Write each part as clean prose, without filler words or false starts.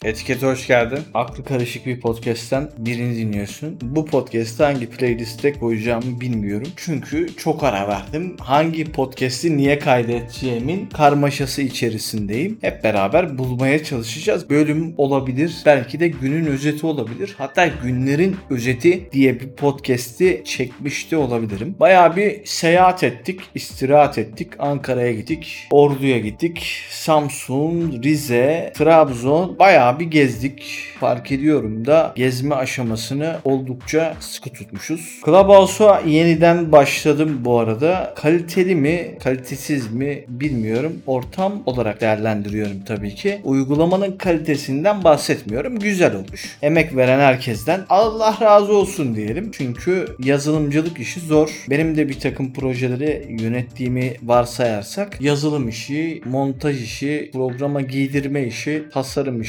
Etikete hoş geldin. Aklı karışık bir podcast'ten birini dinliyorsun. Bu podcast'ı hangi playlist'e koyacağımı bilmiyorum. Çünkü çok ara verdim. Hangi podcast'i niye kaydedeceğimin karmaşası içerisindeyim. Hep beraber bulmaya çalışacağız. Bölüm olabilir. Belki de günün özeti olabilir. Hatta günlerin özeti diye bir podcast'i çekmiş de olabilirim. Bayağı bir seyahat ettik. İstirahat ettik. Ankara'ya gittik. Ordu'ya gittik. Samsun, Rize, Trabzon bayağı bir gezdik. Fark ediyorum da gezme aşamasını oldukça sıkı tutmuşuz. Clubhouse'a yeniden başladım bu arada. Kaliteli mi, kalitesiz mi bilmiyorum. Ortam olarak değerlendiriyorum tabii ki. Uygulamanın kalitesinden bahsetmiyorum. Güzel olmuş. Emek veren herkesten Allah razı olsun diyelim. Çünkü yazılımcılık işi zor. Benim de bir takım projeleri yönettiğimi varsayarsak yazılım işi, montaj işi, programa giydirme işi, tasarım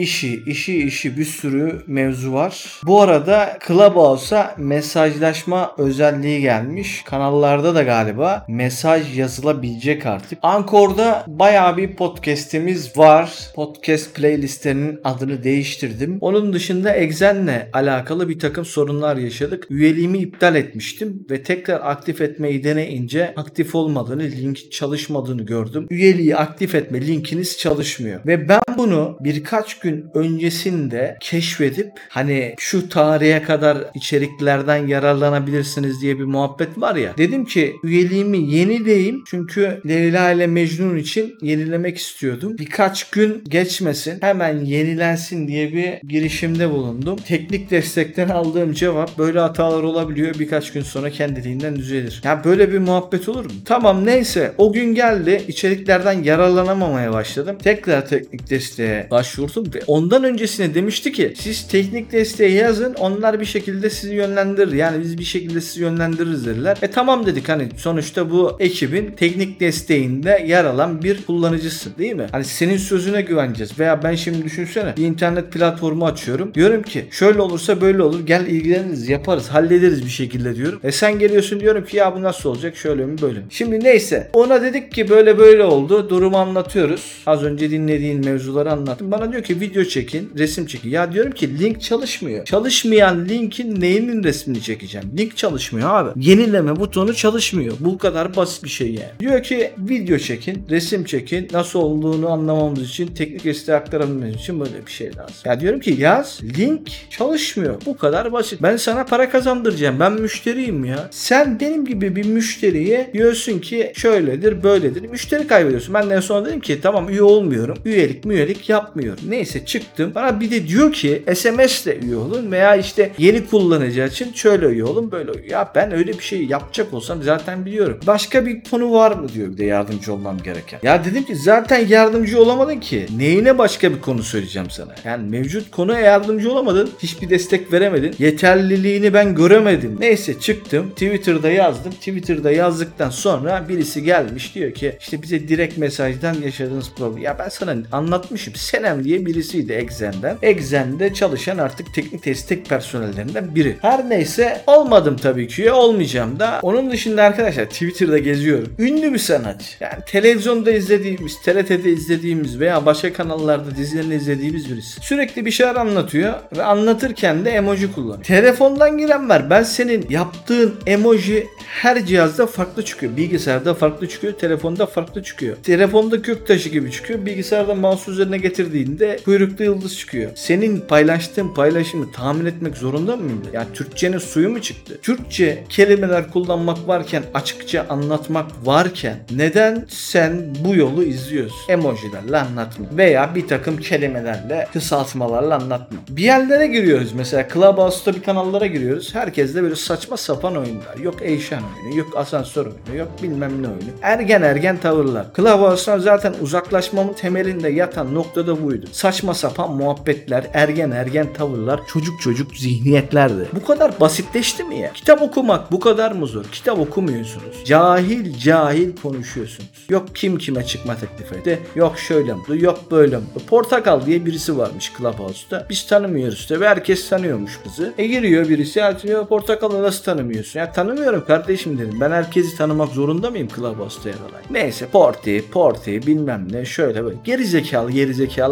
işi bir sürü mevzu var. Bu arada Clubhouse'a mesajlaşma özelliği gelmiş. Kanallarda da galiba mesaj yazılabilecek artık. Anchor'da bayağı bir podcast'imiz var. Podcast playlistlerinin adını değiştirdim. Onun dışında Exzen'le alakalı bir takım sorunlar yaşadık. Üyeliğimi iptal etmiştim ve tekrar aktif etmeyi deneyince aktif olmadığını, link çalışmadığını gördüm. Üyeliği aktif etme linkiniz çalışmıyor. Ve ben bunu birkaç gün öncesinde keşfedip hani şu tarihe kadar içeriklerden yararlanabilirsiniz diye bir muhabbet var ya. Dedim ki üyeliğimi yenileyim. Çünkü Leyla ile Mecnun için yenilemek istiyordum. Birkaç gün geçmesin hemen yenilensin diye bir girişimde bulundum. Teknik destekten aldığım cevap böyle hatalar olabiliyor. Birkaç gün sonra kendiliğinden düzelir. Ya böyle bir muhabbet olur mu? Tamam neyse o gün geldi. İçeriklerden yararlanamamaya başladım. Tekrar teknik desteğe başvurdum ve ondan öncesine demişti ki siz teknik desteği yazın onlar bir şekilde sizi yönlendirir. Yani biz bir şekilde sizi yönlendiririz dediler. Tamam dedik hani sonuçta bu ekibin teknik desteğinde yer alan bir kullanıcısın değil mi? Hani senin sözüne güveneceğiz. Veya ben şimdi düşünsene bir internet platformu açıyorum. Diyorum ki şöyle olursa böyle olur. Gel ilgileniriz yaparız hallederiz bir şekilde diyorum. Sen geliyorsun diyorum ki ya bu nasıl olacak şöyle mi böyle mi? Şimdi neyse ona dedik ki böyle oldu. Durumu anlatıyoruz. Az önce dinlediğin mevzuları anlattım. Bana diyor ki video çekin, resim çekin. Ya diyorum ki link çalışmıyor. Çalışmayan linkin neyinin resmini çekeceğim? Link çalışmıyor abi. Yenileme butonu çalışmıyor. Bu kadar basit bir şey yani. Diyor ki video çekin, resim çekin. Nasıl olduğunu anlamamız için, teknik desteği aktarabilmemiz için böyle bir şey lazım. Ya diyorum ki yaz, link çalışmıyor. Bu kadar basit. Ben sana para kazandıracağım. Ben müşteriyim ya. Sen benim gibi bir müşteriye diyorsun ki şöyledir, böyledir. Müşteri kaybediyorsun. Ben de en son dedim ki tamam üye olmuyorum. Üyelik yapmıyorum. Neyse çıktım. Bana bir de diyor ki SMS'le üye olun veya işte yeni kullanıcı için şöyle üye olun böyle üye. Ya ben öyle bir şey yapacak olsam zaten biliyorum. Başka bir konu var mı diyor bir de yardımcı olmam gereken. Ya dedim ki zaten yardımcı olamadın ki. Neyine başka bir konu söyleyeceğim sana. Yani mevcut konuya yardımcı olamadın. Hiçbir destek veremedin. Yeterliliğini ben göremedim. Neyse çıktım. Twitter'da yazdım. Twitter'da yazdıktan sonra birisi gelmiş diyor ki işte bize direkt mesajdan yaşadığınız problem. Ya ben sana anlatmışım. Senem diye birisiydi Exzen'den. Exzen'de çalışan artık teknik destek personellerinden biri. Her neyse olmadım tabii ki. Olmayacağım da. Onun dışında arkadaşlar Twitter'da geziyorum. Ünlü bir sanatçı. Yani televizyonda izlediğimiz, TRT'de izlediğimiz veya başka kanallarda dizilerini izlediğimiz birisi. Sürekli bir şeyler anlatıyor ve anlatırken de emoji kullanıyor. Telefondan giren var. Ben senin yaptığın emoji her cihazda farklı çıkıyor. Bilgisayarda farklı çıkıyor. Telefonda farklı çıkıyor. Telefonda kök taşı gibi çıkıyor. Bilgisayarda mouse üzerine getirdiğinde kuyruklu yıldız çıkıyor. Senin paylaştığın paylaşımı tahmin etmek zorunda mıyım? Ya Türkçenin suyu mu çıktı? Türkçe kelimeler kullanmak varken, açıkça anlatmak varken neden sen bu yolu izliyorsun? Emojilerle anlatma. Veya bir takım kelimelerle, kısaltmalarla anlatma. Bir yerlere giriyoruz. Mesela Clubhouse'da bir kanallara giriyoruz. Herkes de böyle saçma sapan oyunlar. Yok Eyşan oyunu, yok asansör oyunu, yok bilmem ne oyunu. Ergen tavırlar. Clubhouse'dan zaten uzaklaşmamın temelinde yatan noktada buydu. Saçma sapan muhabbetler, ergen tavırlar, çocuk zihniyetlerdi. Bu kadar basitleşti mi ya? Kitap okumak bu kadar mı zor? Kitap okumuyorsunuz. Cahil konuşuyorsunuz. Yok kim kime çıkma teklif etti. Yok şöyle mutlu, yok böyle mutlu. Portakal diye birisi varmış Clubhouse'da. Biz tanımıyoruz tabii. Herkes tanıyormuş kızı. Giriyor birisi açıyor. Portakalı nasıl tanımıyorsun? Ya tanımıyorum kardeşim dedim. Ben herkesi tanımak zorunda mıyım Clubhouse'da yer alan? Neyse Porti bilmem ne şöyle böyle. Gerizekalı hareketler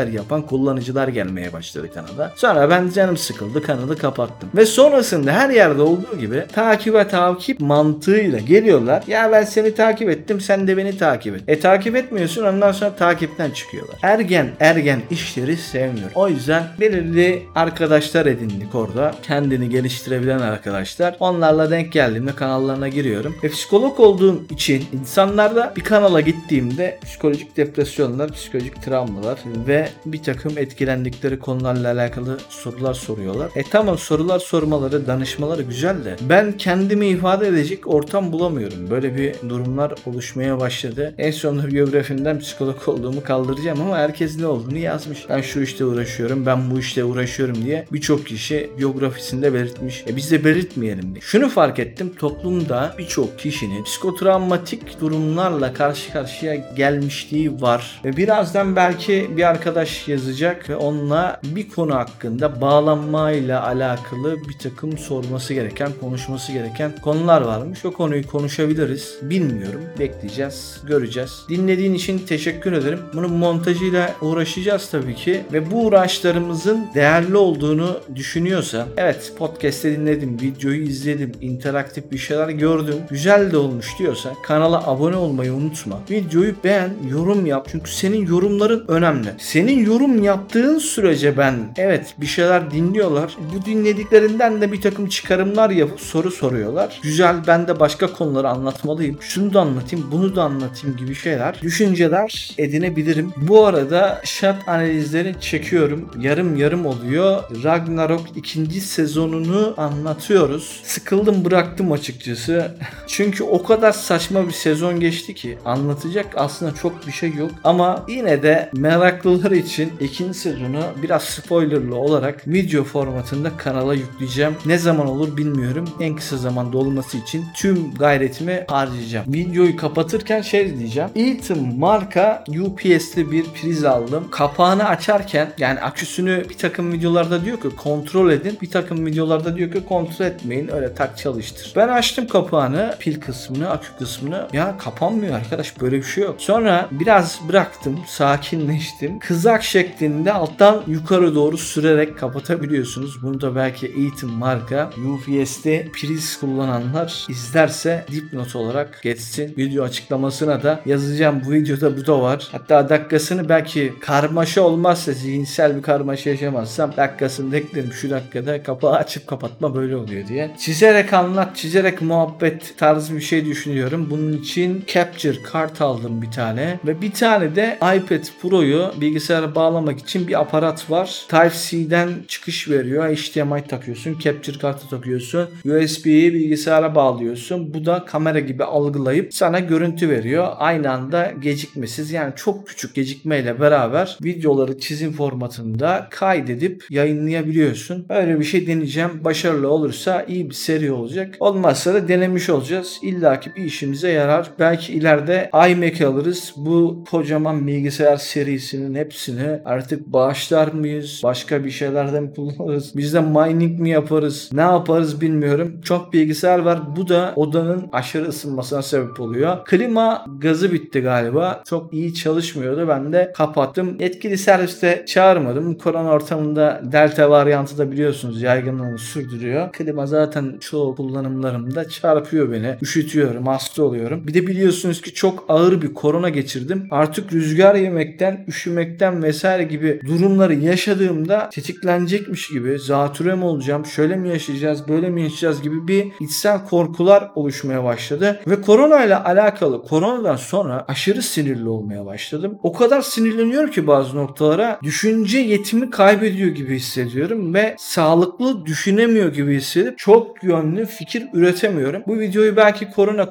içerikler yapan kullanıcılar gelmeye başladı kanala. Sonra ben canım sıkıldı, kanalı kapattım. Ve sonrasında her yerde olduğu gibi takip mantığıyla geliyorlar. Ya ben seni takip ettim, sen de beni takip et. Takip etmiyorsun, ondan sonra takipten çıkıyorlar. Ergen işleri sevmiyor. O yüzden belirli arkadaşlar edindik orada. Kendini geliştirebilen arkadaşlar. Onlarla denk geldiğimde kanallarına giriyorum. Ve psikolog olduğum için insanlarda bir kanala gittiğimde psikolojik depresyonlar, psikolojik travmalar ve bir takım etkilendikleri konularla alakalı sorular soruyorlar. Tamam, sorular sormaları, danışmaları güzel de ben kendimi ifade edecek ortam bulamıyorum. Böyle bir durumlar oluşmaya başladı. En sonunda biyografimden psikolog olduğumu kaldıracağım ama herkes ne olduğunu yazmış. Ben şu işte uğraşıyorum, ben bu işte uğraşıyorum diye birçok kişi biyografisinde belirtmiş. Biz de belirtmeyelim diye. Şunu fark ettim, toplumda birçok kişinin psikotravmatik durumlarla karşı karşıya gelmişliği var. Ve birazdan belki bir arkadaş yazacak ve onunla bir konu hakkında bağlanmayla alakalı bir takım sorması gereken, konuşması gereken konular varmış. O konuyu konuşabiliriz. Bilmiyorum. Bekleyeceğiz. Göreceğiz. Dinlediğin için teşekkür ederim. Bunun montajıyla uğraşacağız tabii ki. Ve bu uğraşlarımızın değerli olduğunu düşünüyorsa, evet podcast'te dinledim, videoyu izledim, interaktif bir şeyler gördüm, güzel de olmuş diyorsa kanala abone olmayı unutma. Videoyu beğen, yorum yap. Çünkü senin yorumların önemli. Senin yorum yaptığın sürece evet bir şeyler dinliyorlar. Bu dinlediklerinden de bir takım çıkarımlar yapıp soru soruyorlar. Güzel, ben de başka konuları anlatmalıyım. Şunu da anlatayım, bunu da anlatayım gibi şeyler, düşünceler edinebilirim. Bu arada shot analizleri çekiyorum. Yarım oluyor. Ragnarok 2. sezonunu anlatıyoruz. Sıkıldım, bıraktım açıkçası. Çünkü o kadar saçma bir sezon geçti ki anlatacak aslında çok bir şey yok. Ama yine de meraklılar için 2. sezonu biraz spoilerlı olarak video formatında kanala yükleyeceğim. Ne zaman olur bilmiyorum. En kısa zamanda olması için tüm gayretimi harcayacağım. Videoyu kapatırken diyeceğim. Eaton marka UPS'li bir priz aldım. Kapağını açarken, yani aküsünü bir takım videolarda diyor ki kontrol edin. Bir takım videolarda diyor ki kontrol etmeyin. Öyle tak çalıştır. Ben açtım kapağını, pil kısmını, akü kısmını. Ya kapanmıyor arkadaş, böyle bir şey yok. Sonra biraz bıraktım, sakinleştim. Kızak şeklinde alttan yukarı doğru sürerek kapatabiliyorsunuz. Bunu da belki Eaton marka UPS'te priz kullananlar izlerse dipnot olarak geçsin. Video açıklamasına da yazacağım. Bu videoda bu da var. Hatta dakikasını, belki karmaşa olmazsa, zihinsel bir karmaşa yaşamazsam dakikasını da eklerim. Şu dakikada kapağı açıp kapatma böyle oluyor diye. Çizerek anlat, çizerek muhabbet tarzı bir şey düşünüyorum. Bunun için Capture kart aldım bir tane. Ve bir tane de iPad Pro'yu bilgisayara bağlamak için bir aparat var. Type-C'den çıkış veriyor. HDMI takıyorsun. Capture kartı takıyorsun. USB'yi bilgisayara bağlıyorsun. Bu da kamera gibi algılayıp sana görüntü veriyor. Aynı anda gecikmesiz, yani çok küçük gecikmeyle beraber videoları çizim formatında kaydedip yayınlayabiliyorsun. Öyle bir şey deneyeceğim. Başarılı olursa iyi bir seri olacak. Olmazsa da denemiş olacağız. İlla ki bir işimize yarar. Belki ileride iMac alırız. Bu kocaman bilgisayar serisinin hepsini artık bağışlar mıyız? Başka bir şeylerden mi kullanırız? Biz de mining mi yaparız? Ne yaparız bilmiyorum. Çok bilgisayar var. Bu da odanın aşırı ısınmasına sebep oluyor. Klima gazı bitti galiba. Çok iyi çalışmıyordu. Ben de kapattım. Yetkili serviste çağırmadım. Korona ortamında delta varyantı da biliyorsunuz yaygınlığını sürdürüyor. Klima zaten çoğu kullanımlarımda çarpıyor beni. Üşütüyorum, hasta oluyorum. Bir de biliyorsunuz ki çok ağır bir korona geçirdim. Artık rüzgar yemekten, üşümekten vesaire gibi durumları yaşadığımda tetiklenecekmiş gibi, zatürre mi olacağım, şöyle mi yaşayacağız, böyle mi yaşayacağız gibi bir içsel korkular oluşmaya başladı. Ve korona ile alakalı, koronadan sonra aşırı sinirli olmaya başladım. O kadar sinirleniyorum ki bazı noktalara, düşünce yetimi kaybediyor gibi hissediyorum ve sağlıklı düşünemiyor gibi hissedip çok yönlü fikir üretemiyorum. Bu videoyu belki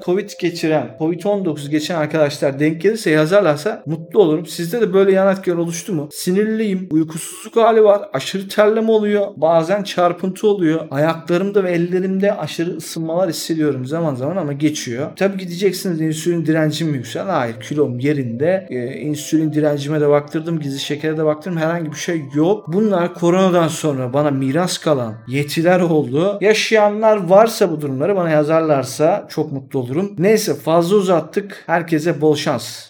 Covid-19 geçen arkadaşlar denk gelirse, yazarlarsa mutlu olurum. Sizde de böyle yan etkiler oluştu mu? Sinirliyim, uykusuzluk hali var, aşırı terleme oluyor, bazen çarpıntı oluyor. Ayaklarımda ve ellerimde aşırı ısınmalar hissediyorum zaman zaman ama geçiyor. Tabii gideceksiniz, insülin direncim mi yüksel? Hayır, kilom yerinde. İnsülin direncime de baktırdım, gizli şekere de baktırdım, herhangi bir şey yok. Bunlar koronadan sonra bana miras kalan yetiler oldu. Yaşayanlar varsa bu durumları bana yazarlarsa çok mutlu olurum. Neyse, fazla uzattık. Herkese bol şans.